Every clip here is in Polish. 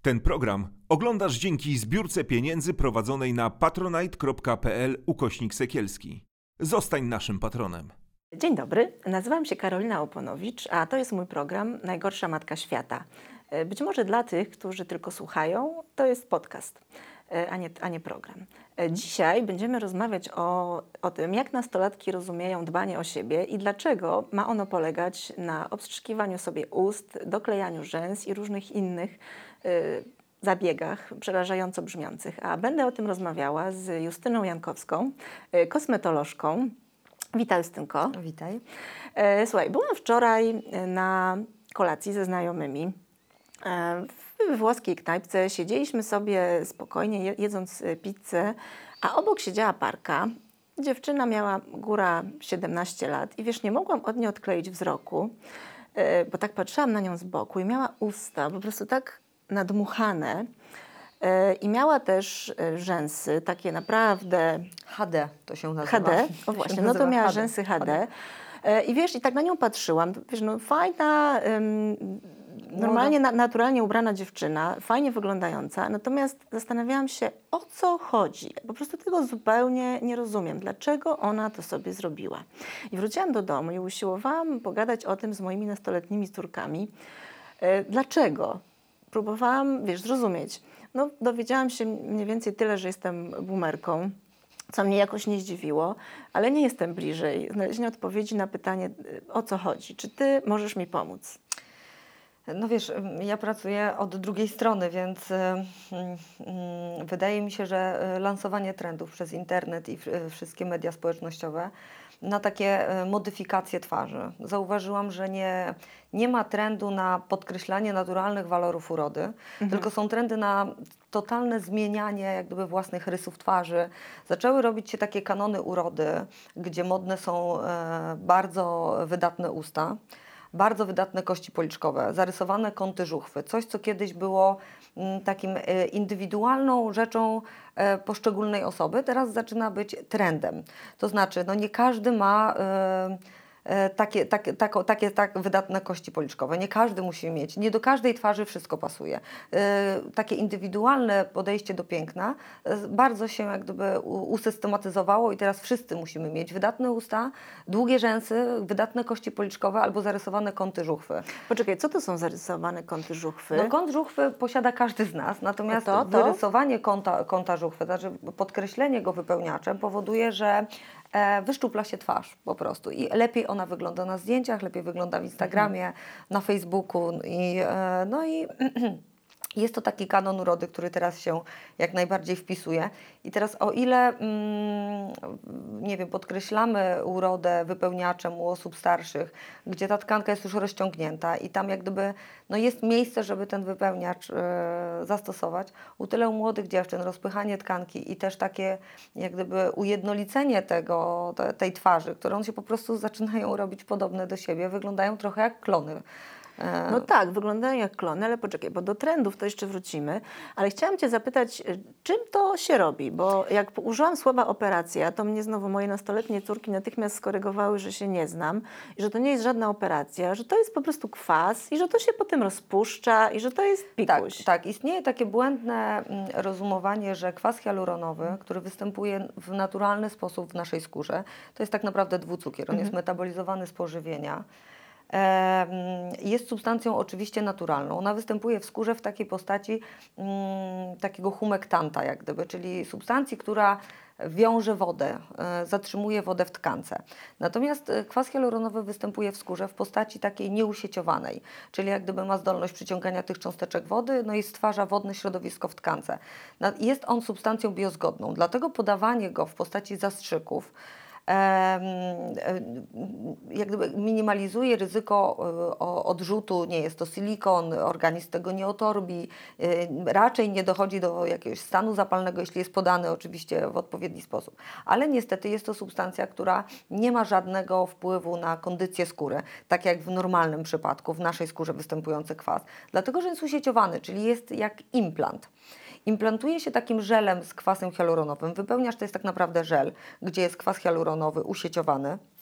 Ten program oglądasz dzięki zbiórce pieniędzy prowadzonej na patronite.pl/Sekielski. Zostań naszym patronem. Dzień dobry, nazywam się Karolina Oponowicz, a to jest mój program Najgorsza Matka Świata. Być może dla tych, którzy tylko słuchają, to jest podcast, a nie program. Dzisiaj będziemy rozmawiać o tym, jak nastolatki rozumieją dbanie o siebie i dlaczego ma ono polegać na obstrzykiwaniu sobie ust, doklejaniu rzęs i różnych innych zabiegach przerażająco brzmiących. A będę o tym rozmawiała z Justyną Jankowską, kosmetolożką. Witaj, Justynko. Witaj. Słuchaj, byłam wczoraj na kolacji ze znajomymi. W włoskiej knajpce siedzieliśmy sobie spokojnie, jedząc pizzę, a obok siedziała parka. Dziewczyna miała góra 17 lat i wiesz, nie mogłam od niej odkleić wzroku, bo tak patrzyłam na nią z boku i miała usta po prostu tak nadmuchane. I miała też rzęsy, takie naprawdę... HD to się nazywa. HD, o właśnie, no to miała rzęsy HD. I wiesz, i tak na nią patrzyłam, wiesz, no fajna, normalnie, naturalnie ubrana dziewczyna, fajnie wyglądająca, natomiast zastanawiałam się, o co chodzi. Po prostu tego zupełnie nie rozumiem, dlaczego ona to sobie zrobiła. I wróciłam do domu i usiłowałam pogadać o tym z moimi nastoletnimi córkami. Dlaczego? Próbowałam, wiesz, zrozumieć. No, dowiedziałam się mniej więcej tyle, że jestem boomerką, co mnie jakoś nie zdziwiło, ale nie jestem bliżej znalezienia odpowiedzi na pytanie, o co chodzi. Czy ty możesz mi pomóc? No wiesz, ja pracuję od drugiej strony, więc wydaje mi się, że lansowanie trendów przez internet i wszystkie media społecznościowe na takie modyfikacje twarzy. Zauważyłam, że nie ma trendu na podkreślanie naturalnych walorów urody, tylko są trendy na totalne zmienianie jak gdyby własnych rysów twarzy. Zaczęły robić się takie kanony urody, gdzie modne są bardzo wydatne usta, bardzo wydatne kości policzkowe, zarysowane kąty żuchwy. Coś, co kiedyś było takim indywidualną rzeczą poszczególnej osoby, teraz zaczyna być trendem. To znaczy, no nie każdy ma tak wydatne kości policzkowe. Nie każdy musi mieć, nie do każdej twarzy wszystko pasuje. Takie indywidualne podejście do piękna bardzo się jak gdyby usystematyzowało i teraz wszyscy musimy mieć wydatne usta, długie rzęsy, wydatne kości policzkowe albo zarysowane kąty żuchwy. Poczekaj, co to są zarysowane kąty żuchwy? No kąt żuchwy posiada każdy z nas, natomiast wyrysowanie kąta żuchwy, znaczy podkreślenie go wypełniaczem powoduje, że wyszczupla się twarz po prostu i lepiej ona wygląda na zdjęciach, lepiej wygląda w Instagramie, na Facebooku i jest to taki kanon urody, który teraz się jak najbardziej wpisuje. I teraz o ile, nie wiem, podkreślamy urodę wypełniaczem u osób starszych, gdzie ta tkanka jest już rozciągnięta i tam jak gdyby no jest miejsce, żeby ten wypełniacz zastosować, u tyle u młodych dziewczyn rozpychanie tkanki i też takie jak gdyby ujednolicenie tej twarzy, którą się po prostu zaczynają robić podobne do siebie, wyglądają trochę jak klony. No tak, wyglądają jak klony, ale poczekaj, bo do trendów to jeszcze wrócimy, ale chciałam Cię zapytać, czym to się robi, bo jak użyłam słowa operacja, to mnie znowu moje nastoletnie córki natychmiast skorygowały, że się nie znam i że to nie jest żadna operacja, że to jest po prostu kwas i że to się potem rozpuszcza i że to jest pikuś. Tak, istnieje takie błędne rozumowanie, że kwas hialuronowy, który występuje w naturalny sposób w naszej skórze, to jest tak naprawdę dwucukier, on jest metabolizowany z pożywienia. Jest substancją oczywiście naturalną. Ona występuje w skórze w takiej postaci takiego humektanta, jak gdyby, czyli substancji, która wiąże wodę, zatrzymuje wodę w tkance. Natomiast kwas hialuronowy występuje w skórze w postaci takiej nieusieciowanej, czyli jak gdyby ma zdolność przyciągania tych cząsteczek wody, no i stwarza wodne środowisko w tkance. Jest on substancją biozgodną, dlatego podawanie go w postaci zastrzyków jak gdyby minimalizuje ryzyko odrzutu, nie jest to silikon, organizm tego nie otorbi, raczej nie dochodzi do jakiegoś stanu zapalnego, jeśli jest podany oczywiście w odpowiedni sposób. Ale niestety jest to substancja, która nie ma żadnego wpływu na kondycję skóry, tak jak w normalnym przypadku, w naszej skórze występujący kwas, dlatego że jest usieciowany, czyli jest jak implant. Implantuje się takim żelem z kwasem hialuronowym. Wypełniacz to jest tak naprawdę żel, gdzie jest kwas hialuronowy usieciowany.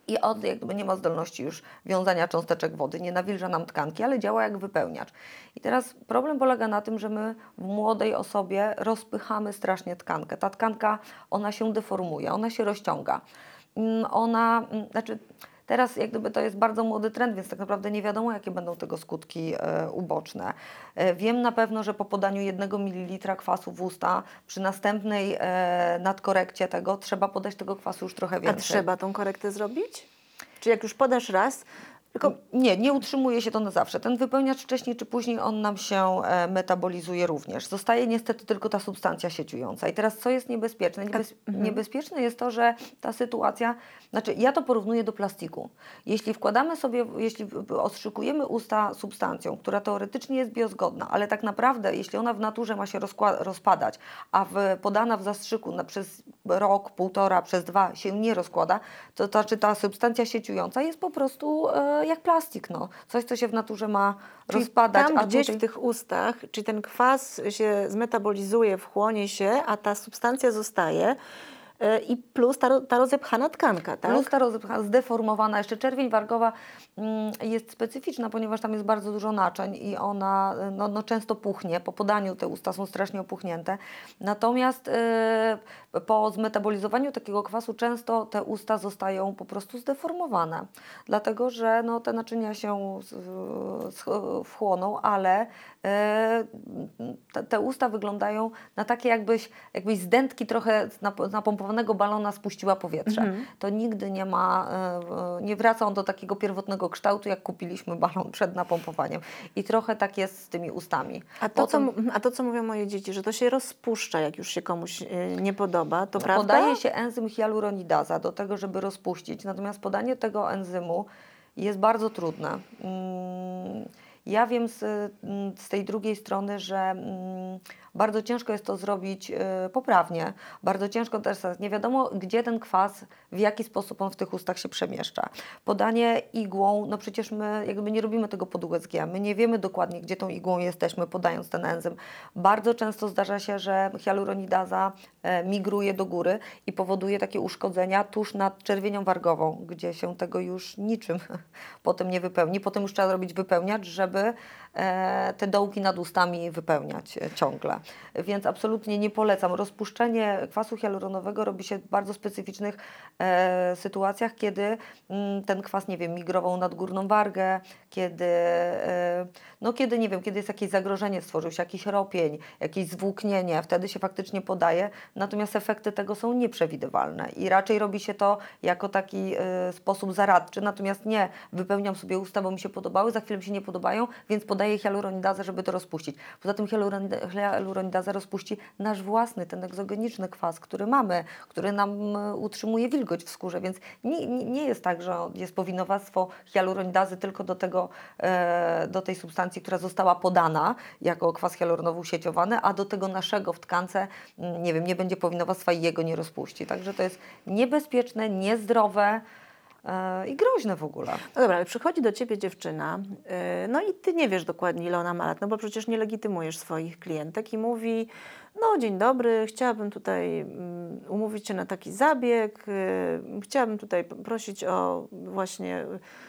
i on jakby nie ma zdolności już wiązania cząsteczek wody, nie nawilża nam tkanki, ale działa jak wypełniacz. I teraz problem polega na tym, że my w młodej osobie rozpychamy strasznie tkankę. Ta tkanka, ona się deformuje, ona się rozciąga. Znaczy teraz jak gdyby to jest bardzo młody trend, więc tak naprawdę nie wiadomo, jakie będą tego skutki uboczne. Wiem na pewno, że po podaniu 1 ml kwasu w usta przy następnej nadkorekcie tego trzeba podać tego kwasu już trochę A więcej. trzeba tą korektę zrobić? Czy jak już podasz raz, tylko Nie utrzymuje się to na zawsze. Ten wypełniacz wcześniej czy później on nam się metabolizuje również. Zostaje niestety tylko ta substancja sieciująca. I teraz co jest niebezpieczne? Niebezpieczne jest to, że ta sytuacja, znaczy ja to porównuję do plastiku. Jeśli wkładamy sobie, jeśli ostrzykujemy usta substancją, która teoretycznie jest biozgodna, ale tak naprawdę jeśli ona w naturze ma się rozpadać, a podana w zastrzyku przez rok, 1,5, przez 2 się nie rozkłada, to znaczy ta substancja sieciująca jest po prostu jak plastik, no. Coś, co się w naturze ma rozpadać. tam a gdzieś tutaj... w tych ustach, czy ten kwas się zmetabolizuje, wchłonie się, a ta substancja zostaje i plus ta rozepchana tkanka, tak? Plus ta zdeformowana, jeszcze czerwień wargowa jest specyficzna, ponieważ tam jest bardzo dużo naczyń i ona często puchnie. Po podaniu te usta są strasznie opuchnięte. Natomiast po zmetabolizowaniu takiego kwasu często te usta zostają po prostu zdeformowane. Dlatego, że te naczynia się wchłoną, ale te usta wyglądają na takie jakbyś z dętki trochę napompowanego balona spuściła powietrze. To nigdy nie wraca on do takiego pierwotnego kształtu, jak kupiliśmy balon przed napompowaniem. I trochę tak jest z tymi ustami. A to, co mówią moje dzieci, że to się rozpuszcza, jak już się komuś nie podoba, to prawda? Podaje się enzym hialuronidaza do tego, żeby rozpuścić, natomiast podanie tego enzymu jest bardzo trudne. Ja wiem z tej drugiej strony, że bardzo ciężko jest to zrobić poprawnie. Bardzo ciężko też, nie wiadomo, gdzie ten kwas, w jaki sposób on w tych ustach się przemieszcza. Podanie igłą, przecież my jakby nie robimy tego pod USG. My nie wiemy dokładnie, gdzie tą igłą jesteśmy, podając ten enzym. Bardzo często zdarza się, że hialuronidaza migruje do góry i powoduje takie uszkodzenia tuż nad czerwienią wargową, gdzie się tego już niczym potem nie wypełni. Potem już trzeba robić wypełniacz, żeby te dołki nad ustami wypełniać ciągle. Więc absolutnie nie polecam. Rozpuszczenie kwasu hialuronowego robi się w bardzo specyficznych sytuacjach, kiedy ten kwas, nie wiem, migrował nad górną wargę, kiedy nie wiem, kiedy jest jakieś zagrożenie, stworzył się jakiś ropień, jakieś zwłóknienie, wtedy się faktycznie podaje, natomiast efekty tego są nieprzewidywalne i raczej robi się to jako taki sposób zaradczy, natomiast nie wypełniam sobie usta, bo mi się podobały, za chwilę mi się nie podobają, więc podaję hialuronidazę, żeby to rozpuścić. Poza tym hialuronidaza rozpuści nasz własny, ten egzogeniczny kwas, który mamy, który nam utrzymuje wilgoć w skórze, więc nie jest tak, że jest powinowactwo hialuronidazy tylko do tej substancji, która została podana jako kwas hialuronowy usieciowany, a do tego naszego w tkance, nie wiem, nie będzie powinowactwa i jego nie rozpuści. Także to jest niebezpieczne, niezdrowe i groźne w ogóle. No dobra, ale przychodzi do Ciebie dziewczyna, no i Ty nie wiesz dokładnie, ile ona ma lat, no bo przecież nie legitymujesz swoich klientek i mówi, no dzień dobry, chciałabym tutaj umówić się na taki zabieg, chciałabym tutaj prosić o właśnie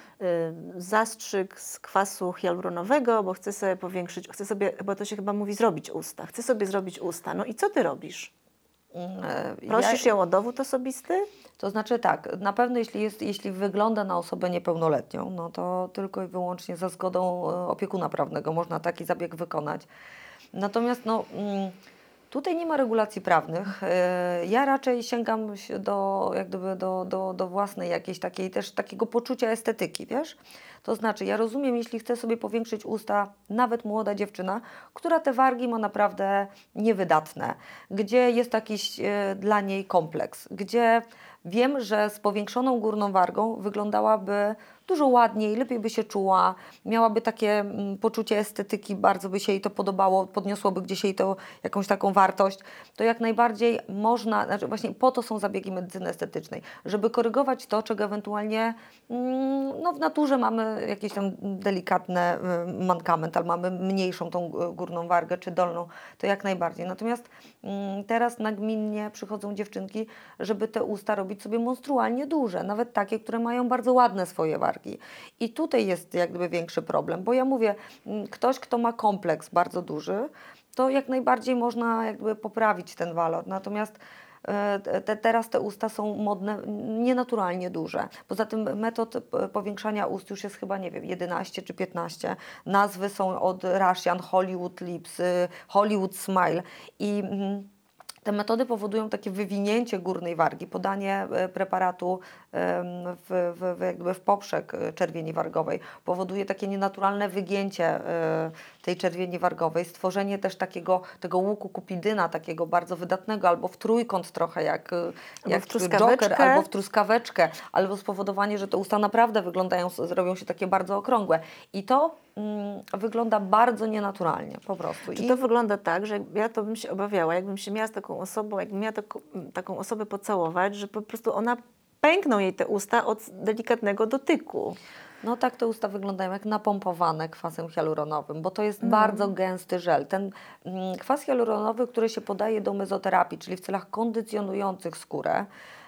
zastrzyk z kwasu hialuronowego, bo chcę sobie powiększyć, bo to się chyba mówi zrobić usta, chcę sobie zrobić usta, no i co Ty robisz? Prosisz ją o dowód osobisty? To znaczy tak, na pewno jeśli wygląda na osobę niepełnoletnią, no to tylko i wyłącznie za zgodą opiekuna prawnego można taki zabieg wykonać. Natomiast tutaj nie ma regulacji prawnych. Ja raczej sięgam do własnej jakiejś takiej też takiego poczucia estetyki, wiesz? To znaczy, ja rozumiem, jeśli chce sobie powiększyć usta nawet młoda dziewczyna, która te wargi ma naprawdę niewydatne, gdzie jest jakiś dla niej kompleks, gdzie wiem, że z powiększoną górną wargą wyglądałaby dużo ładniej, lepiej by się czuła, miałaby takie poczucie estetyki, bardzo by się jej to podobało, podniosłoby gdzieś jej to jakąś taką wartość, to jak najbardziej można, znaczy właśnie po to są zabiegi medycyny estetycznej, żeby korygować to, czego ewentualnie w naturze mamy jakiś tam delikatny mankament, ale mamy mniejszą tą górną wargę czy dolną, to jak najbardziej. Natomiast teraz nagminnie przychodzą dziewczynki, żeby te usta robić zrobić sobie monstrualnie duże, nawet takie, które mają bardzo ładne swoje wargi. I tutaj jest jak gdyby większy problem, bo ja mówię, ktoś, kto ma kompleks bardzo duży, to jak najbardziej można jakby poprawić ten walor. Natomiast teraz te usta są modne, nienaturalnie duże. Poza tym metod powiększania ust już jest chyba, nie wiem, 11 czy 15. Nazwy są od Russian, Hollywood Lips, Hollywood Smile i te metody powodują takie wywinięcie górnej wargi, podanie preparatu jakby w poprzek czerwieni wargowej. Powoduje takie nienaturalne wygięcie tej czerwieni wargowej, stworzenie też tego łuku kupidyna, takiego bardzo wydatnego, albo w trójkąt trochę jak w truskaweczkę. Joker, albo w truskaweczkę, albo spowodowanie, że te usta naprawdę robią się takie bardzo okrągłe. I to wygląda bardzo nienaturalnie po prostu. Czy to wygląda tak, że ja to bym się obawiała, jakbym się miała z taką osobą, jakbym miała taką osobę pocałować, że po prostu ona pękną jej te usta od delikatnego dotyku. No tak te usta wyglądają jak napompowane kwasem hialuronowym, bo to jest bardzo gęsty żel. Ten kwas hialuronowy, który się podaje do mezoterapii, czyli w celach kondycjonujących skórę,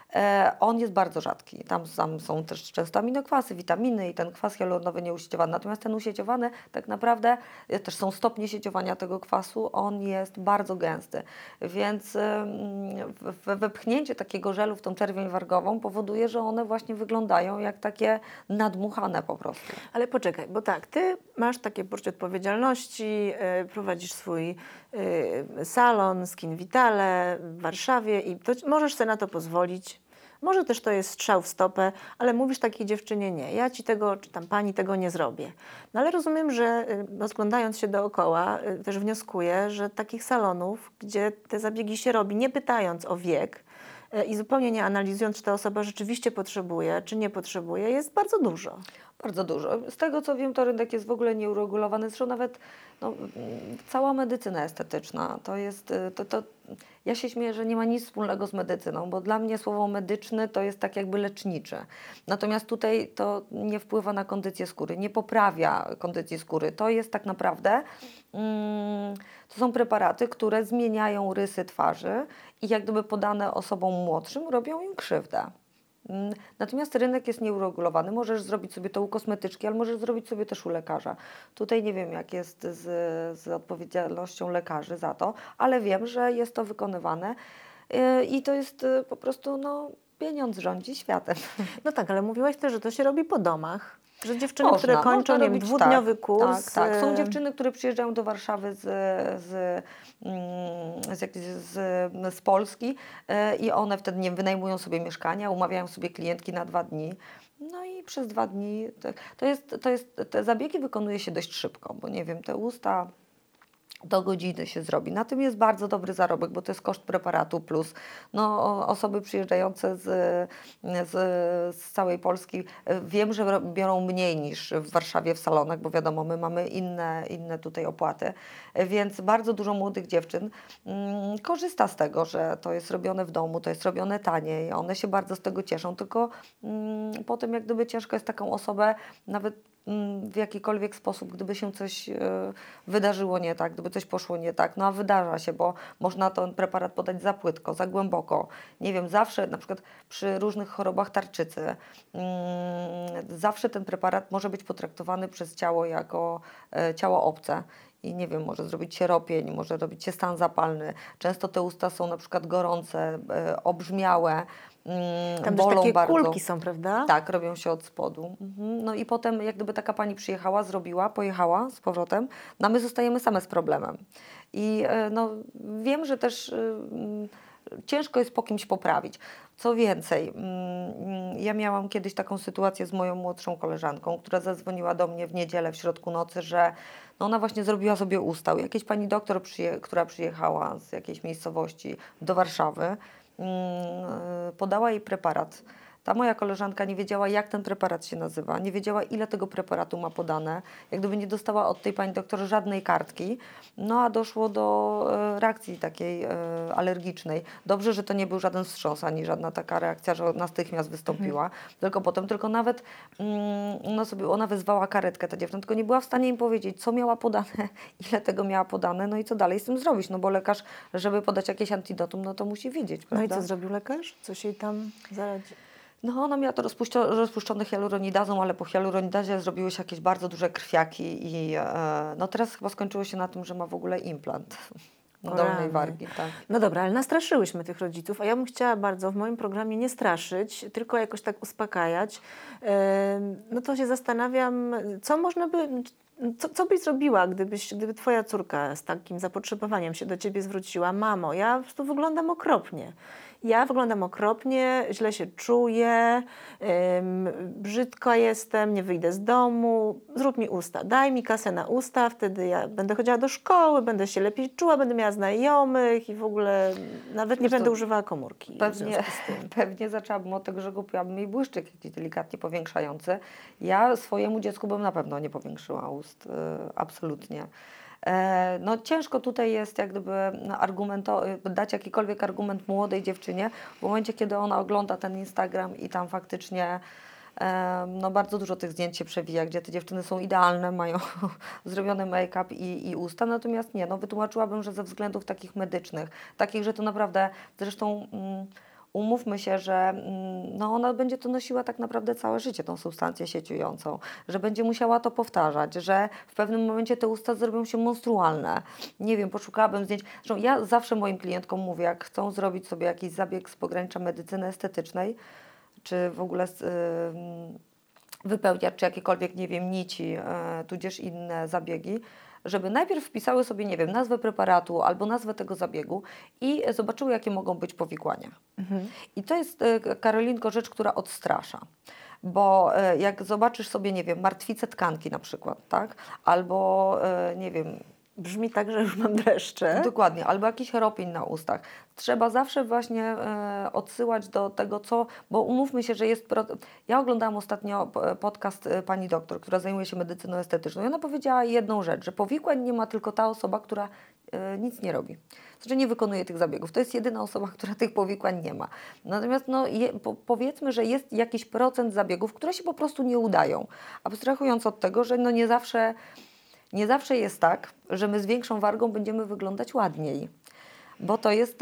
on jest bardzo rzadki. Tam są też często aminokwasy, witaminy i ten kwas hialuronowy nieusieciowany. Natomiast ten usieciowany tak naprawdę, też są stopnie sieciowania tego kwasu, on jest bardzo gęsty. Więc wepchnięcie takiego żelu w tą czerwień wargową powoduje, że one właśnie wyglądają jak takie nadmuchane po prostu. Ale poczekaj, bo tak, ty masz takie poczucie odpowiedzialności, prowadzisz swój salon Skin Vitale w Warszawie i to możesz sobie na to pozwolić. Może też to jest strzał w stopę, ale mówisz takiej dziewczynie nie, ja ci tego, czy tam pani tego nie zrobię. No ale rozumiem, że rozglądając się dookoła też wnioskuję, że takich salonów, gdzie te zabiegi się robi, nie pytając o wiek i zupełnie nie analizując, czy ta osoba rzeczywiście potrzebuje, czy nie potrzebuje, jest bardzo dużo. Bardzo dużo. Z tego co wiem, to rynek jest w ogóle nieuregulowany. Zresztą nawet cała medycyna estetyczna to jest. Ja się śmieję, że nie ma nic wspólnego z medycyną, bo dla mnie słowo medyczny to jest tak jakby leczniczy. Natomiast tutaj to nie wpływa na kondycję skóry, nie poprawia kondycji skóry. To jest tak naprawdę, to są preparaty, które zmieniają rysy twarzy i jak gdyby podane osobom młodszym robią im krzywdę. Natomiast rynek jest nieuregulowany. Możesz zrobić sobie to u kosmetyczki, ale możesz zrobić sobie też u lekarza. Tutaj nie wiem, jak jest z odpowiedzialnością lekarzy za to, ale wiem, że jest to wykonywane i to jest po prostu, pieniądz rządzi światem. No tak, ale mówiłaś też, że to się robi po domach. Że dziewczyny, Można, które kończą można nie wiem, robić dwudniowy kurs. Tak. Są dziewczyny, które przyjeżdżają do Warszawy z Polski i one wtedy nie wiem, wynajmują sobie mieszkania, umawiają sobie klientki na 2 dni. No i przez 2 dni te zabiegi wykonuje się dość szybko, bo nie wiem, te usta do godziny się zrobi. Na tym jest bardzo dobry zarobek, bo to jest koszt preparatu plus osoby przyjeżdżające z całej Polski wiem, że biorą mniej niż w Warszawie w salonach, bo wiadomo, my mamy inne tutaj opłaty, więc bardzo dużo młodych dziewczyn korzysta z tego, że to jest robione w domu, to jest robione taniej, one się bardzo z tego cieszą, tylko potem jak gdyby ciężko jest taką osobę nawet w jakikolwiek sposób, gdyby się coś wydarzyło nie tak, gdyby coś poszło nie tak, a wydarza się, bo można ten preparat podać za płytko, za głęboko. Nie wiem, zawsze na przykład przy różnych chorobach tarczycy zawsze ten preparat może być potraktowany przez ciało jako ciało obce. I nie wiem, może zrobić się ropień, może robić się stan zapalny. Często te usta są na przykład gorące, obrzmiałe, Tam bolą też takie bardzo. kulki są, prawda? Tak, robią się od spodu. No i potem jak gdyby taka pani przyjechała, zrobiła, pojechała z powrotem, a my zostajemy same z problemem. I wiem, że też ciężko jest po kimś poprawić. Co więcej, ja miałam kiedyś taką sytuację z moją młodszą koleżanką, która zadzwoniła do mnie w niedzielę w środku nocy, że ona właśnie zrobiła sobie usta. Jakiejś pani doktor, która przyjechała z jakiejś miejscowości do Warszawy, podała jej preparat. Ta moja koleżanka nie wiedziała, jak ten preparat się nazywa, nie wiedziała, ile tego preparatu ma podane, jak gdyby nie dostała od tej pani doktor żadnej kartki, no a doszło do reakcji takiej alergicznej. Dobrze, że to nie był żaden wstrząs, ani żadna taka reakcja, że natychmiast wystąpiła, tylko potem, tylko nawet ona wezwała karetkę, ta dziewczyna, tylko nie była w stanie im powiedzieć, co miała podane, ile tego miała podane, no i co dalej z tym zrobić, no bo lekarz, żeby podać jakieś antidotum, no to musi wiedzieć, prawda? No i co zrobił lekarz? Coś jej tam zaradzi? No ona miała to rozpuszczone hialuronidazą, ale po hialuronidazie zrobiły się jakieś bardzo duże krwiaki i no teraz chyba skończyło się na tym, że ma w ogóle implant dolnej wargi. Tak. No dobra, ale nastraszyłyśmy tych rodziców, a ja bym chciała bardzo w moim programie nie straszyć, tylko jakoś tak uspokajać. No to się zastanawiam, co można by... Co byś zrobiła, gdyby twoja córka z takim zapotrzebowaniem się do ciebie zwróciła? Mamo, ja po prostu wyglądam okropnie. Ja wyglądam okropnie, źle się czuję, brzydka jestem, nie wyjdę z domu, zrób mi usta, daj mi kasę na usta, wtedy ja będę chodziła do szkoły, będę się lepiej czuła, będę miała znajomych i w ogóle nawet nie będę używała komórki. Pewnie zaczęłabym od tego, że kupiłabym jej błyszczyk jakiś delikatnie powiększający. Ja swojemu dziecku bym na pewno nie powiększyła ust, absolutnie. No ciężko tutaj jest jak gdyby dać jakikolwiek argument młodej dziewczynie w momencie, kiedy ona ogląda ten Instagram i tam faktycznie no bardzo dużo tych zdjęć się przewija, gdzie te dziewczyny są idealne, mają zrobiony make-up i usta, natomiast nie, no wytłumaczyłabym, że ze względów takich medycznych, takich, że to naprawdę, zresztą umówmy się, że no ona będzie to nosiła tak naprawdę całe życie, tą substancję sieciującą, że będzie musiała to powtarzać, że w pewnym momencie te usta zrobią się monstrualne. Nie wiem, poszukałabym zdjęć. Zresztą ja zawsze moim klientkom mówię, jak chcą zrobić sobie jakiś zabieg z pogranicza medycyny estetycznej, czy w ogóle wypełniać, czy jakiekolwiek, nie wiem, nici, tudzież inne zabiegi, żeby najpierw wpisały sobie, nie wiem, nazwę preparatu albo nazwę tego zabiegu i zobaczyły, jakie mogą być powikłania. I to jest, Karolinko, rzecz, która odstrasza. Bo jak zobaczysz sobie, nie wiem, martwice tkanki na przykład, tak? Albo, nie wiem... Brzmi tak, że już mam dreszcze. Dokładnie, albo jakiś ropień na ustach. Trzeba zawsze właśnie odsyłać do tego, bo umówmy się, że jest... Ja oglądałam ostatnio podcast pani doktor, która zajmuje się medycyną estetyczną i ona powiedziała jedną rzecz, że powikłań nie ma tylko ta osoba, która nic nie robi. Znaczy nie wykonuje tych zabiegów. To jest jedyna osoba, która tych powikłań nie ma. Natomiast no, powiedzmy, że jest jakiś procent zabiegów, które się po prostu nie udają. Abstrahując od tego, że no nie zawsze jest tak, że my z większą wargą będziemy wyglądać ładniej, bo to jest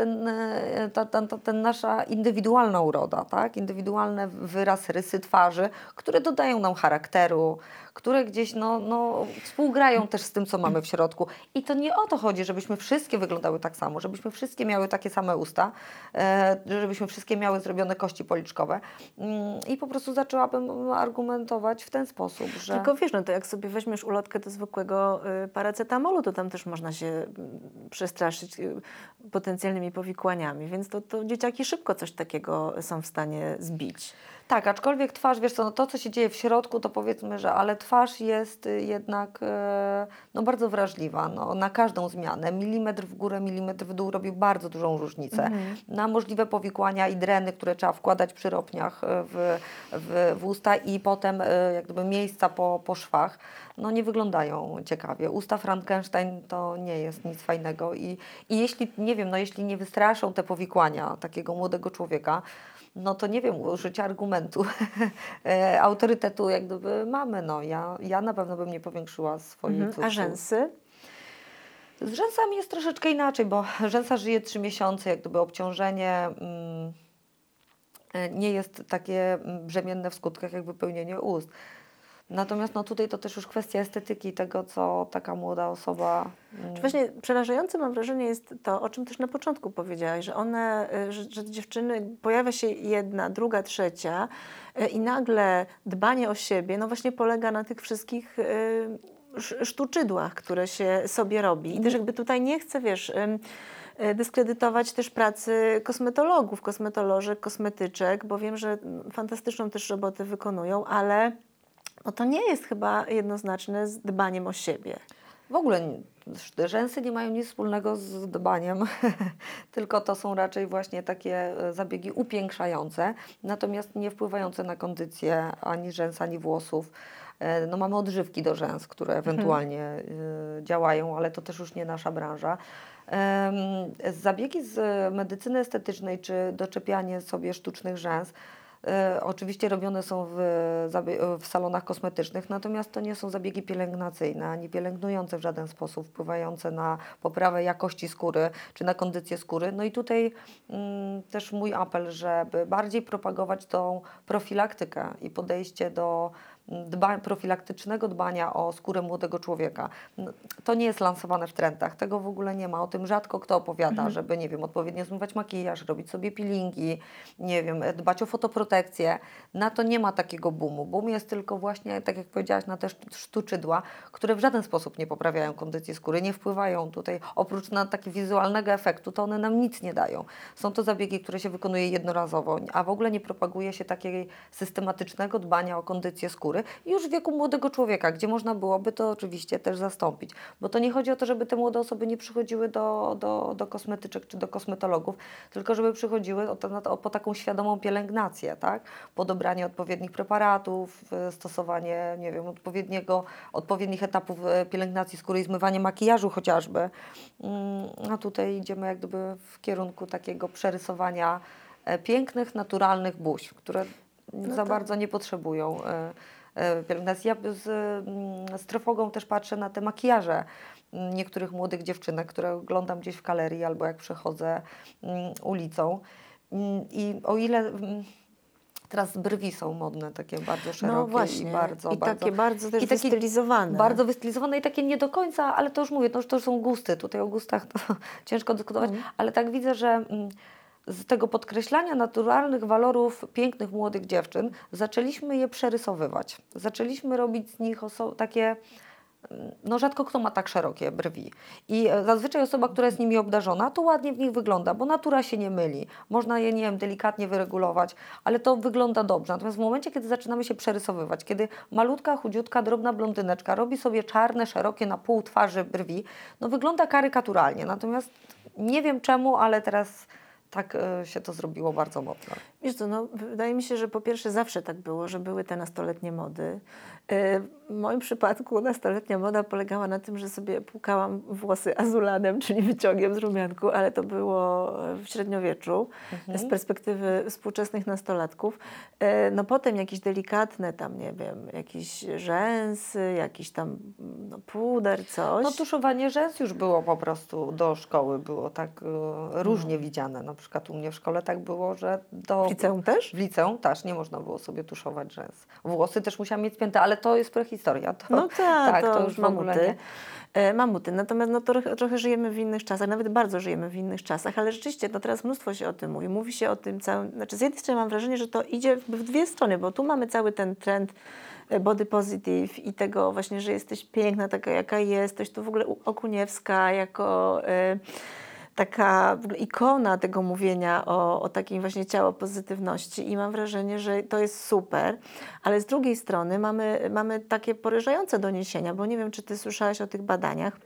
ten nasza indywidualna uroda, tak? Indywidualny wyraz, rysy twarzy, które dodają nam charakteru, które gdzieś współgrają też z tym, co mamy w środku. I to nie o to chodzi, żebyśmy wszystkie wyglądały tak samo, żebyśmy wszystkie miały takie same usta, żebyśmy wszystkie miały zrobione kości policzkowe. I po prostu zaczęłabym argumentować w ten sposób, że... Tylko wiesz, no to jak sobie weźmiesz ulotkę do zwykłego paracetamolu, to tam też można się przestraszyć potencjalnymi powikłaniami, więc to dzieciaki szybko coś takiego są w stanie zbić. Tak, aczkolwiek twarz, wiesz co, no to, co się dzieje w środku, to powiedzmy, że ale twarz jest jednak bardzo wrażliwa na każdą zmianę. Milimetr w górę, milimetr w dół robi bardzo dużą różnicę. Na możliwe powikłania i dreny, które trzeba wkładać przy ropniach w usta i potem jak gdyby miejsca po szwach, no nie wyglądają ciekawie. Usta Frankenstein to nie jest nic fajnego i jeśli, nie wiem, jeśli nie wystraszą te powikłania takiego młodego człowieka, no to nie wiem, użycia argumentu, autorytetu jak gdyby mamy. No, ja na pewno bym nie powiększyła swojej córki. A rzęsy? Z rzęsami jest troszeczkę inaczej, bo rzęsa żyje 3 miesiące, jak gdyby obciążenie nie jest takie brzemienne w skutkach jak wypełnienie ust. Natomiast tutaj to też już kwestia estetyki tego, co taka młoda osoba... Czy właśnie przerażające, mam wrażenie, jest to, o czym też na początku powiedziałaś, że dziewczyny, pojawia się jedna, druga, trzecia i nagle dbanie o siebie, no właśnie polega na tych wszystkich sztuczydłach, które się sobie robi. I też jakby tutaj nie chcę, wiesz... dyskredytować też pracy kosmetologów, kosmetolożek, kosmetyczek, bo wiem, że fantastyczną też robotę wykonują, ale to nie jest chyba jednoznaczne z dbaniem o siebie. W ogóle rzęsy nie mają nic wspólnego z dbaniem, tylko to są raczej właśnie takie zabiegi upiększające, natomiast nie wpływające na kondycję ani rzęs, ani włosów. No mamy odżywki do rzęs, które ewentualnie działają, ale to też już nie nasza branża. Zabiegi z medycyny estetycznej czy doczepianie sobie sztucznych rzęs oczywiście robione są w salonach kosmetycznych, natomiast to nie są zabiegi pielęgnacyjne, ani pielęgnujące w żaden sposób, wpływające na poprawę jakości skóry czy na kondycję skóry. No i tutaj też mój apel, żeby bardziej propagować tą profilaktykę i podejście do profilaktycznego dbania o skórę młodego człowieka. No, to nie jest lansowane w trendach, tego w ogóle nie ma, o tym rzadko kto opowiada, żeby, nie wiem, odpowiednio zmywać makijaż, robić sobie peelingi, nie wiem, dbać o fotoprotekcję. Na to nie ma takiego boomu. Boom jest tylko właśnie, tak jak powiedziałaś, na te sztuczydła, które w żaden sposób nie poprawiają kondycji skóry, nie wpływają tutaj, oprócz na taki wizualnego efektu, to one nam nic nie dają. Są to zabiegi, które się wykonuje jednorazowo, a w ogóle nie propaguje się takiego systematycznego dbania o kondycję skóry już w wieku młodego człowieka, gdzie można byłoby to oczywiście też zastąpić. Bo to nie chodzi o to, żeby te młode osoby nie przychodziły do kosmetyczek czy do kosmetologów, tylko żeby przychodziły po taką świadomą pielęgnację, tak? Po dobranie odpowiednich preparatów, stosowanie, nie wiem, odpowiednich etapów pielęgnacji skóry i zmywanie makijażu chociażby. A tutaj idziemy jak gdyby w kierunku takiego przerysowania pięknych, naturalnych buź, które za bardzo nie potrzebują pielęgnacji. Ja z trwogą też patrzę na te makijaże niektórych młodych dziewczynek, które oglądam gdzieś w galerii albo jak przechodzę ulicą. I o ile teraz brwi są modne, takie bardzo szerokie No właśnie. i bardzo, I takie bardzo też i takie wystylizowane. Bardzo wystylizowane i takie nie do końca, ale to już mówię, to są gusty. Tutaj o gustach to ciężko dyskutować, ale tak widzę, że z tego podkreślania naturalnych walorów pięknych młodych dziewczyn zaczęliśmy je przerysowywać. Zaczęliśmy robić z nich takie, no rzadko kto ma tak szerokie brwi. I zazwyczaj osoba, która jest nimi obdarzona, to ładnie w nich wygląda, bo natura się nie myli. Można je, nie wiem, delikatnie wyregulować, ale to wygląda dobrze. Natomiast w momencie, kiedy zaczynamy się przerysowywać, kiedy malutka, chudziutka, drobna blondyneczka robi sobie czarne, szerokie na pół twarzy brwi, no wygląda karykaturalnie. Natomiast nie wiem czemu, ale teraz tak się to zrobiło bardzo mocno. Wiesz co, no, wydaje mi się, że po pierwsze zawsze tak było, że były te nastoletnie mody. W moim przypadku nastoletnia moda polegała na tym, że sobie płukałam włosy azulanem, czyli wyciągiem z rumianku, ale to było w średniowieczu z perspektywy współczesnych nastolatków. No potem jakieś delikatne tam, nie wiem, jakieś rzęsy, jakiś tam puder, coś. No tuszowanie rzęs już było po prostu do szkoły, było tak różnie widziane. Na przykład u mnie w szkole tak było, że W liceum też? W liceum też nie można było sobie tuszować rzęs. Włosy też musiałam mieć spięte, ale to jest prehistoria. No tak, to już w ogóle nie. Mamuty. Natomiast no, trochę żyjemy w innych czasach, nawet bardzo żyjemy w innych czasach, ale rzeczywiście no, teraz mnóstwo się o tym mówi. Mówi się o tym całym, znaczy z jednej strony mam wrażenie, że to idzie w dwie strony, bo tu mamy cały ten trend body positive i tego właśnie, że jesteś piękna taka jaka jesteś. Tu w ogóle Okuniewska jako taka w ogóle ikona tego mówienia o takiej właśnie ciałopozytywności i mam wrażenie, że to jest super, ale z drugiej strony mamy takie porażające doniesienia, bo nie wiem, czy ty słyszałaś o tych badaniach,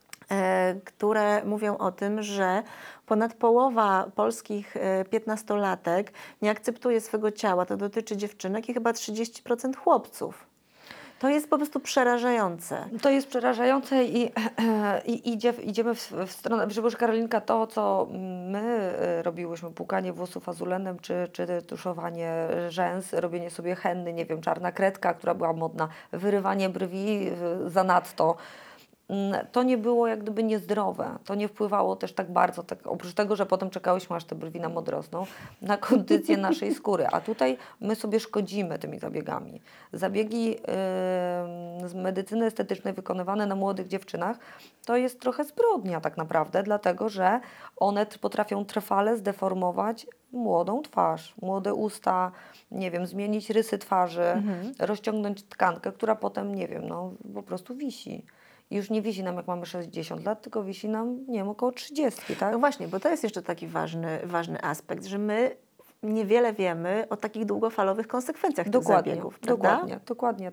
które mówią o tym, że ponad połowa polskich 15-latek nie akceptuje swego ciała, to dotyczy dziewczynek i chyba 30% chłopców. To jest po prostu przerażające. To jest przerażające i idziemy w stronę, że Karolinka, to co my robiłyśmy, płukanie włosów azulenem, czy tuszowanie rzęs, robienie sobie henny, nie wiem, czarna kredka, która była modna, wyrywanie brwi zanadto, to nie było jak gdyby niezdrowe. To nie wpływało też tak bardzo, oprócz tego, że potem czekałyśmy, aż te brwi nam odrosną, na kondycję naszej skóry. A tutaj my sobie szkodzimy tymi zabiegami. Zabiegi z medycyny estetycznej wykonywane na młodych dziewczynach to jest trochę zbrodnia tak naprawdę, dlatego że one potrafią trwale zdeformować młodą twarz, młode usta, nie wiem, zmienić rysy twarzy, rozciągnąć tkankę, która potem, nie wiem, no po prostu wisi. I już nie wisi nam, jak mamy 60 lat, tylko wisi nam, nie wiem, około 30, tak? No właśnie, bo to jest jeszcze taki ważny aspekt, że my niewiele wiemy o takich długofalowych konsekwencjach tych zabiegów, prawda? Dokładnie tak.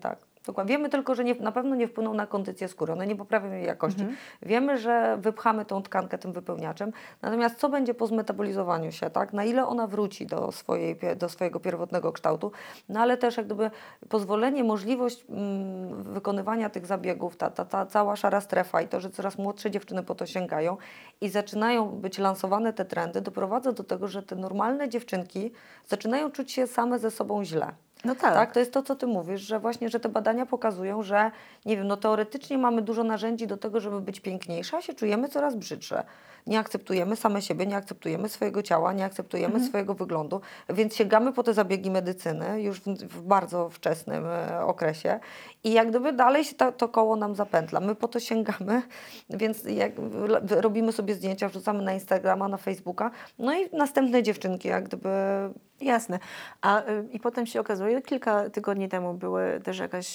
Dokładnie. Wiemy tylko, że na pewno nie wpłyną na kondycję skóry, one nie poprawią jej jakości. Wiemy, że wypchamy tą tkankę tym wypełniaczem, natomiast co będzie po zmetabolizowaniu się, tak? Na ile ona wróci do swojego pierwotnego kształtu, no ale też jak gdyby pozwolenie, możliwość wykonywania tych zabiegów, ta cała szara strefa i to, że coraz młodsze dziewczyny po to sięgają i zaczynają być lansowane te trendy, doprowadza do tego, że te normalne dziewczynki zaczynają czuć się same ze sobą źle. No tak. Tak, to jest to, co ty mówisz, że właśnie, że te badania pokazują, że nie wiem, no teoretycznie mamy dużo narzędzi do tego, żeby być piękniejsze, a się czujemy coraz brzydsze. Nie akceptujemy same siebie, nie akceptujemy swojego ciała, nie akceptujemy swojego wyglądu, więc sięgamy po te zabiegi medycyny już w bardzo wczesnym okresie i jak gdyby dalej się to koło nam zapętla. My po to sięgamy, więc jak robimy sobie zdjęcia, wrzucamy na Instagrama, na Facebooka, no i następne dziewczynki jak gdyby... Jasne. I potem się okazuje, kilka tygodni temu były też jakaś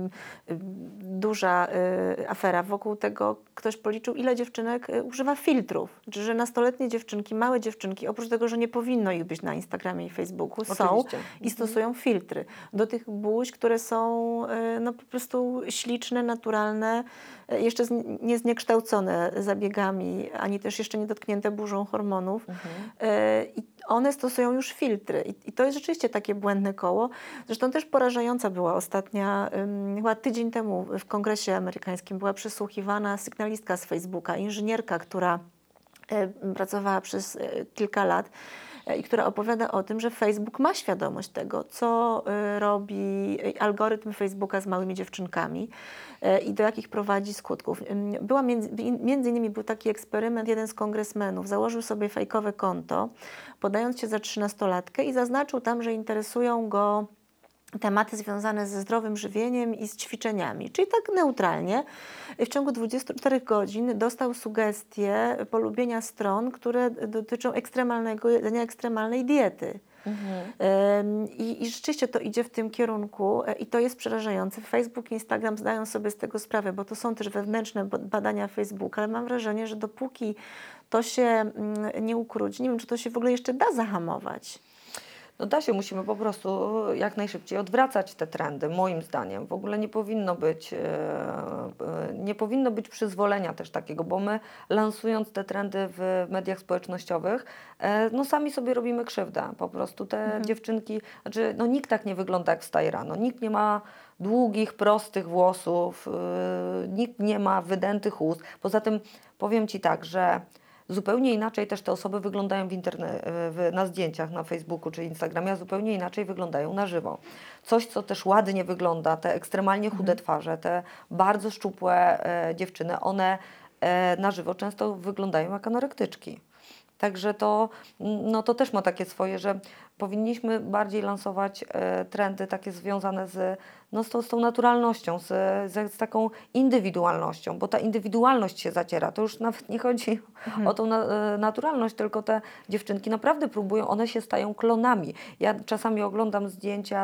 duża afera wokół tego, ktoś policzył, ile dziewczynek używa filtrów. Że nastoletnie dziewczynki, małe dziewczynki, oprócz tego, że nie powinno ich być na Instagramie i Facebooku, są i stosują filtry do tych buź, które są no, po prostu śliczne, naturalne, jeszcze nie zniekształcone zabiegami, ani też jeszcze nie dotknięte burzą hormonów. I one stosują już filtry. I to jest rzeczywiście takie błędne koło. Zresztą też porażająca była ostatnia, chyba tydzień temu w Kongresie Amerykańskim była przesłuchiwana sygnalistka z Facebooka, inżynierka, która pracowała przez kilka lat i która opowiada o tym, że Facebook ma świadomość tego, co robi algorytm Facebooka z małymi dziewczynkami i do jakich prowadzi skutków. Była między innymi był taki eksperyment, jeden z kongresmenów założył sobie fejkowe konto, podając się za 13-latkę i zaznaczył tam, że interesują go tematy związane ze zdrowym żywieniem i z ćwiczeniami, czyli tak neutralnie. W ciągu 24 godzin dostał sugestie polubienia stron, które dotyczą ekstremalnego jedzenia, ekstremalnej diety. I rzeczywiście to idzie w tym kierunku i to jest przerażające. Facebook i Instagram zdają sobie z tego sprawę, bo to są też wewnętrzne badania Facebooka, ale mam wrażenie, że dopóki to się nie ukróci, nie wiem, czy to się w ogóle jeszcze da zahamować. No da się, musimy po prostu jak najszybciej odwracać te trendy, moim zdaniem. W ogóle nie powinno być przyzwolenia też takiego, bo my lansując te trendy w mediach społecznościowych, no sami sobie robimy krzywdę. Po prostu te dziewczynki, znaczy no nikt tak nie wygląda jak wstaje rano, nikt nie ma długich, prostych włosów, nikt nie ma wydętych ust. Poza tym powiem Ci tak, że zupełnie inaczej też te osoby wyglądają na zdjęciach na Facebooku czy Instagramie, a zupełnie inaczej wyglądają na żywo. Coś, co też ładnie wygląda, te ekstremalnie chude twarze, te bardzo szczupłe dziewczyny, one na żywo często wyglądają jak anorektyczki. Także to też ma takie swoje, że powinniśmy bardziej lansować trendy takie związane z tą naturalnością, z taką indywidualnością, bo ta indywidualność się zaciera. To już nawet nie chodzi o tą naturalność, tylko te dziewczynki naprawdę próbują, one się stają klonami. Ja czasami oglądam zdjęcia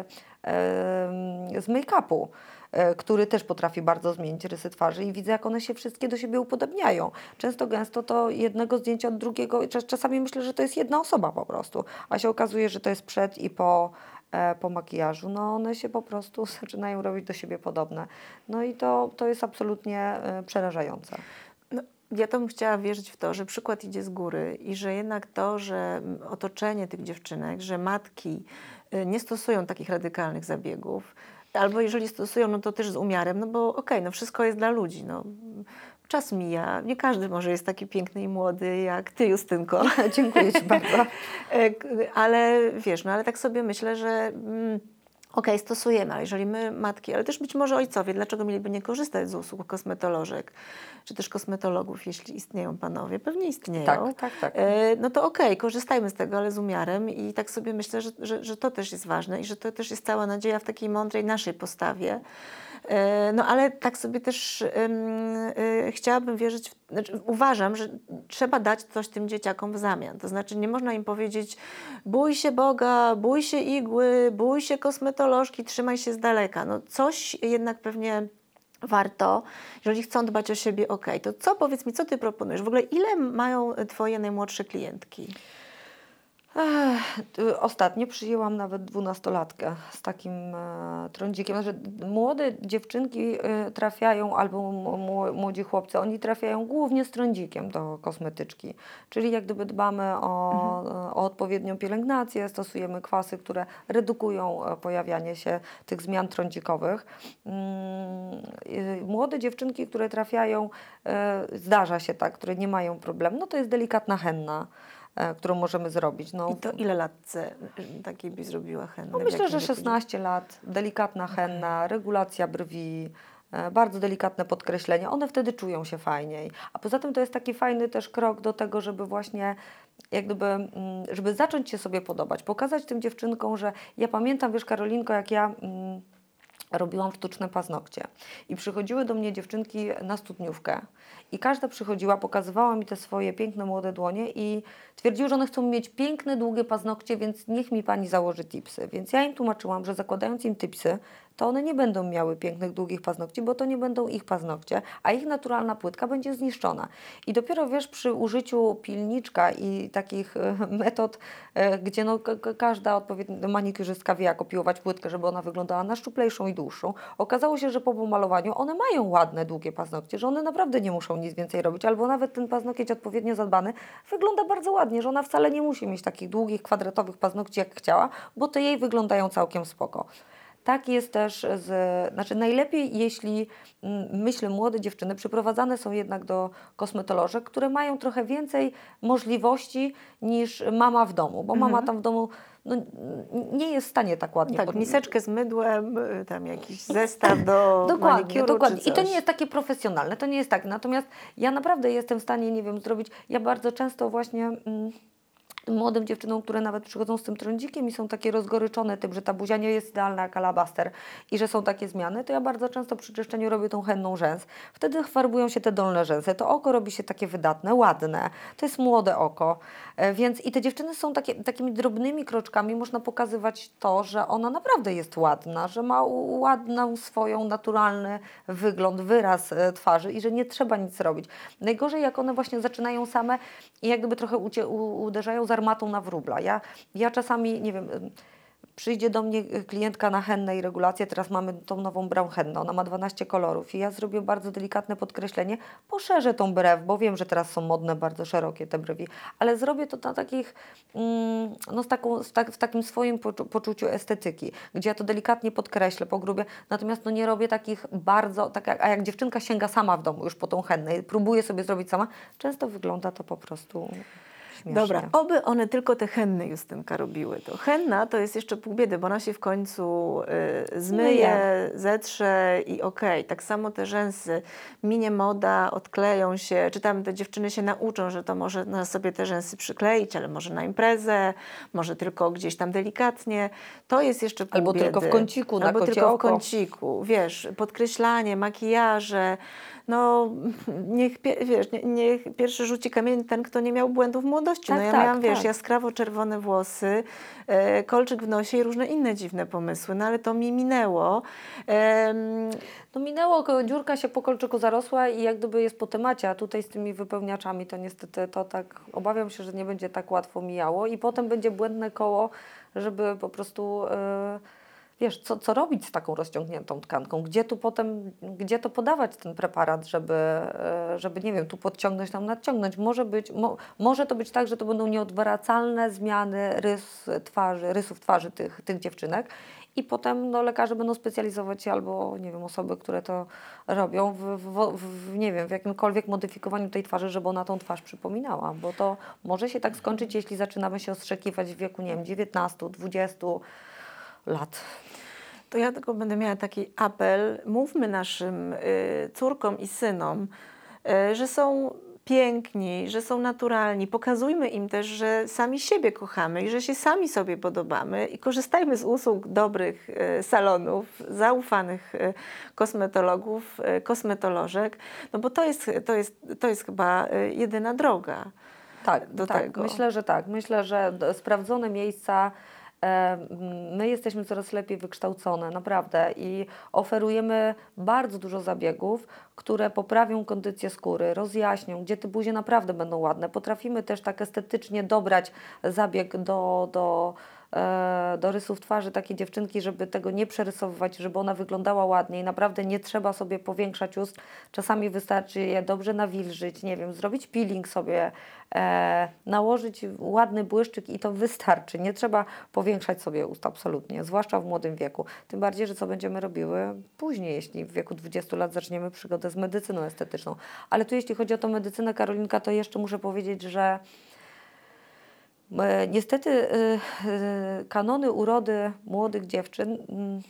z make-upu, który też potrafi bardzo zmienić rysy twarzy i widzę, jak one się wszystkie do siebie upodobniają. Często, gęsto to jednego zdjęcia od drugiego, czasami myślę, że to jest jedna osoba po prostu, a się okazuje, że to jest przed i po makijażu. No one się po prostu zaczynają robić do siebie podobne. No i to jest absolutnie przerażające. No, ja to bym chciała wierzyć w to, że przykład idzie z góry i że jednak to, że otoczenie tych dziewczynek, że matki nie stosują takich radykalnych zabiegów, albo jeżeli stosują, no to też z umiarem, no bo okej, no wszystko jest dla ludzi, no. Czas mija, nie każdy może jest taki piękny i młody jak Ty, Justynko. Dziękuję Ci bardzo. Ale wiesz, no ale tak sobie myślę, że okej, stosujemy, ale jeżeli my, matki, ale też być może ojcowie, dlaczego mieliby nie korzystać z usług kosmetolożek, czy też kosmetologów, jeśli istnieją panowie? Pewnie istnieją. Tak. No to okej, korzystajmy z tego, ale z umiarem i tak sobie myślę, że to też jest ważne i że to też jest cała nadzieja w takiej mądrej naszej postawie. No ale tak sobie też chciałabym wierzyć, znaczy uważam, że trzeba dać coś tym dzieciakom w zamian. To znaczy nie można im powiedzieć bój się Boga, bój się igły, bój się kosmetolożki, trzymaj się z daleka. No coś jednak pewnie warto, jeżeli chcą dbać o siebie, okej. To powiedz mi, co Ty proponujesz? W ogóle ile mają Twoje najmłodsze klientki? Ostatnio przyjęłam nawet 12-latkę z takim trądzikiem. Znaczy, młode dziewczynki trafiają, albo młodzi chłopcy, oni trafiają głównie z trądzikiem do kosmetyczki. Czyli jak gdyby dbamy o odpowiednią pielęgnację, stosujemy kwasy, które redukują pojawianie się tych zmian trądzikowych. Młode dziewczynki, które trafiają, zdarza się tak, które nie mają problemu, no to jest delikatna henna, którą możemy zrobić. No, I to ile latce takiej byś zrobiła hennę? no W myślę, jakim że wieku 16 lat, delikatna henna, regulacja brwi, bardzo delikatne podkreślenia, one wtedy czują się fajniej. A poza tym to jest taki fajny też krok do tego, żeby właśnie jak gdyby, żeby zacząć się sobie podobać, pokazać tym dziewczynkom, że ja pamiętam, wiesz Karolinko, jak ja robiłam sztuczne paznokcie i przychodziły do mnie dziewczynki na studniówkę i każda przychodziła, pokazywała mi te swoje piękne młode dłonie i twierdziły, że one chcą mieć piękne, długie paznokcie, więc niech mi pani założy tipsy. Więc ja im tłumaczyłam, że zakładając im tipsy, to one nie będą miały pięknych, długich paznokci, bo to nie będą ich paznokcie, a ich naturalna płytka będzie zniszczona. I dopiero wiesz, przy użyciu pilniczka i takich metod, gdzie no, każda odpowiednia manikurzystka wie, jak opiłować płytkę, żeby ona wyglądała na szczuplejszą i dłuższą, okazało się, że po pomalowaniu one mają ładne, długie paznokcie, że one naprawdę nie muszą nic więcej robić, albo nawet ten paznokieć odpowiednio zadbany wygląda bardzo ładnie, że ona wcale nie musi mieć takich długich, kwadratowych paznokci, jak chciała, bo te jej wyglądają całkiem spoko. Tak jest też, znaczy najlepiej, jeśli myślę, młode dziewczyny przyprowadzane są jednak do kosmetolożek, które mają trochę więcej możliwości niż mama w domu, bo mama tam w domu no, nie jest w stanie tak ładnie. Tak, miseczkę z mydłem, tam jakiś zestaw do manikuru dokładnie. czy coś. I to nie jest takie profesjonalne, to nie jest tak. Natomiast ja naprawdę jestem w stanie, nie wiem, zrobić, ja bardzo często właśnie młodym dziewczynom, które nawet przychodzą z tym trądzikiem i są takie rozgoryczone tym, że ta buzia nie jest idealna jak alabaster i że są takie zmiany, to ja bardzo często przy czyszczeniu robię tą henną rzęs. Wtedy farbują się te dolne rzęsy, to oko robi się takie wydatne, ładne. To jest młode oko. Więc i te dziewczyny są takimi drobnymi kroczkami, można pokazywać to, że ona naprawdę jest ładna, że ma ładną swoją naturalny wygląd, wyraz twarzy i że nie trzeba nic robić. Najgorzej jak one właśnie zaczynają same i jak gdyby trochę uderzają z armatą na wróbla. Ja czasami, nie wiem, przyjdzie do mnie klientka na hennę i regulację, teraz mamy tą nową brown hennę, ona ma 12 kolorów i ja zrobię bardzo delikatne podkreślenie, poszerzę tą brew, bo wiem, że teraz są modne, bardzo szerokie te brwi, ale zrobię to na takich, no w takim swoim poczuciu estetyki, gdzie ja to delikatnie podkreślę, pogrubię, natomiast no nie robię takich bardzo, a jak dziewczynka sięga sama w domu już po tą hennę i próbuje sobie zrobić sama, często wygląda to po prostu śmiesznie. Dobra, oby one tylko te henny, Justynka, robiły. To henna to jest jeszcze pół biedy, bo ona się w końcu zmyje, zetrze i okej. Tak samo te rzęsy, minie moda, odkleją się, czy tam te dziewczyny się nauczą, że to może na sobie te rzęsy przykleić, ale może na imprezę, może tylko gdzieś tam delikatnie. To jest jeszcze pół Albo biedy. tylko w kąciku, na Albo kocie tylko w oko. kąciku, wiesz, podkreślanie, makijaże. No, niech pierwszy rzuci kamień ten, kto nie miał błędów w młodości. Tak, No ja tak, miałam, wiesz, tak. jaskrawo czerwone włosy, kolczyk w nosie i różne inne dziwne pomysły, no ale to mi minęło. No minęło, dziurka się po kolczyku zarosła i jak gdyby jest po temacie, a tutaj z tymi wypełniaczami to niestety to tak, obawiam się, że nie będzie tak łatwo mijało i potem będzie błędne koło, żeby po prostu... Wiesz, co robić z taką rozciągniętą tkanką? Gdzie to podawać ten preparat, żeby nie wiem, tu podciągnąć, tam nadciągnąć. Może to być tak, że to będą nieodwracalne zmiany rysów twarzy tych dziewczynek i potem no, lekarze będą specjalizować się albo, nie wiem, osoby, które to robią nie wiem, w jakimkolwiek modyfikowaniu tej twarzy, żeby ona tą twarz przypominała, bo to może się tak skończyć, jeśli zaczynamy się ostrzekiwać w wieku, nie wiem, 19, 20 lat. To ja tylko będę miała taki apel, mówmy naszym córkom i synom, że są piękni, że są naturalni. Pokazujmy im też, że sami siebie kochamy i że się sami sobie podobamy i korzystajmy z usług dobrych salonów, zaufanych kosmetologów, kosmetolożek, no bo to jest chyba jedyna droga do tego. Myślę, że tak. Myślę, że sprawdzone miejsca my jesteśmy coraz lepiej wykształcone, naprawdę, i oferujemy bardzo dużo zabiegów, które poprawią kondycję skóry, rozjaśnią, gdzie te buzie naprawdę będą ładne. Potrafimy też tak estetycznie dobrać zabieg do rysów twarzy takiej dziewczynki, żeby tego nie przerysowywać, żeby ona wyglądała ładniej. Naprawdę nie trzeba sobie powiększać ust. Czasami wystarczy je dobrze nawilżyć, nie wiem, zrobić peeling sobie, nałożyć ładny błyszczyk i to wystarczy. Nie trzeba powiększać sobie ust absolutnie, zwłaszcza w młodym wieku. Tym bardziej, że co będziemy robiły później, jeśli w wieku 20 lat zaczniemy przygodę z medycyną estetyczną. Ale tu jeśli chodzi o tą medycynę, Karolinka, to jeszcze muszę powiedzieć, że niestety kanony urody młodych dziewczyn,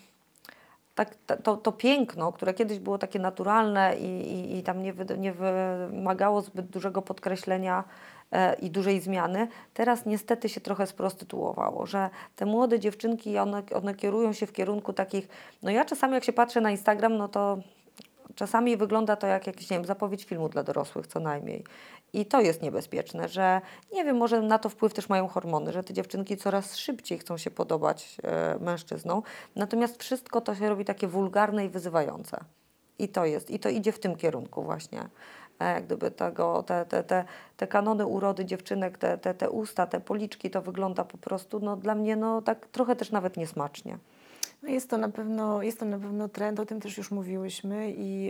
to piękno, które kiedyś było takie naturalne i tam nie wymagało zbyt dużego podkreślenia i dużej zmiany, teraz niestety się trochę sprostytuowało, że te młode dziewczynki, one kierują się w kierunku takich, no ja czasami jak się patrzę na Instagram, no to czasami wygląda to jak jakiś, nie wiem, zapowiedź filmu dla dorosłych co najmniej. I to jest niebezpieczne, że nie wiem, może na to wpływ też mają hormony, że te dziewczynki coraz szybciej chcą się podobać mężczyznom. Natomiast wszystko to się robi takie wulgarne i wyzywające. I to idzie w tym kierunku właśnie. Jak gdyby te kanony urody dziewczynek, te usta, te policzki, to wygląda po prostu, no dla mnie, no tak trochę też nawet niesmacznie. No jest to na pewno trend, o tym też już mówiłyśmy i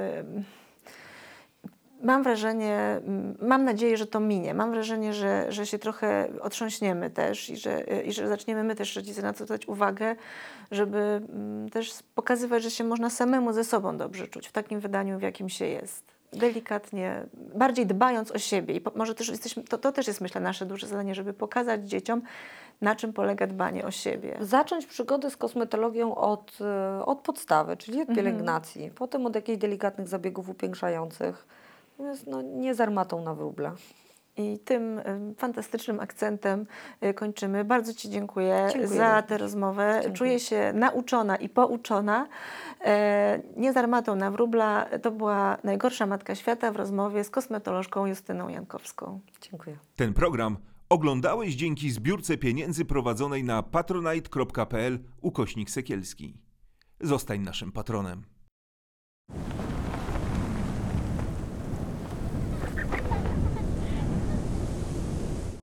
mam wrażenie, mam nadzieję, że to minie. Mam wrażenie, że się trochę otrząśniemy też i że zaczniemy my też rodzice na to zwracać uwagę, żeby też pokazywać, że się można samemu ze sobą dobrze czuć w takim wydaniu, w jakim się jest. Delikatnie, bardziej dbając o siebie. I może też to też jest, myślę, nasze duże zadanie, żeby pokazać dzieciom, na czym polega dbanie o siebie. Zacząć przygodę z kosmetologią od podstawy, czyli od pielęgnacji, potem od jakichś delikatnych zabiegów upiększających. Natomiast no, nie z armatą na wróble. I tym fantastycznym akcentem kończymy. Bardzo Ci dziękuję Dziękuję za również. tę rozmowę. Dziękuję. Czuję się nauczona i pouczona. Nie z armatą na wróbla. To była najgorsza matka świata w rozmowie z kosmetolożką Justyną Jankowską. Dziękuję. Ten program oglądałeś dzięki zbiórce pieniędzy prowadzonej na patronite.pl/Sekielski. Zostań naszym patronem.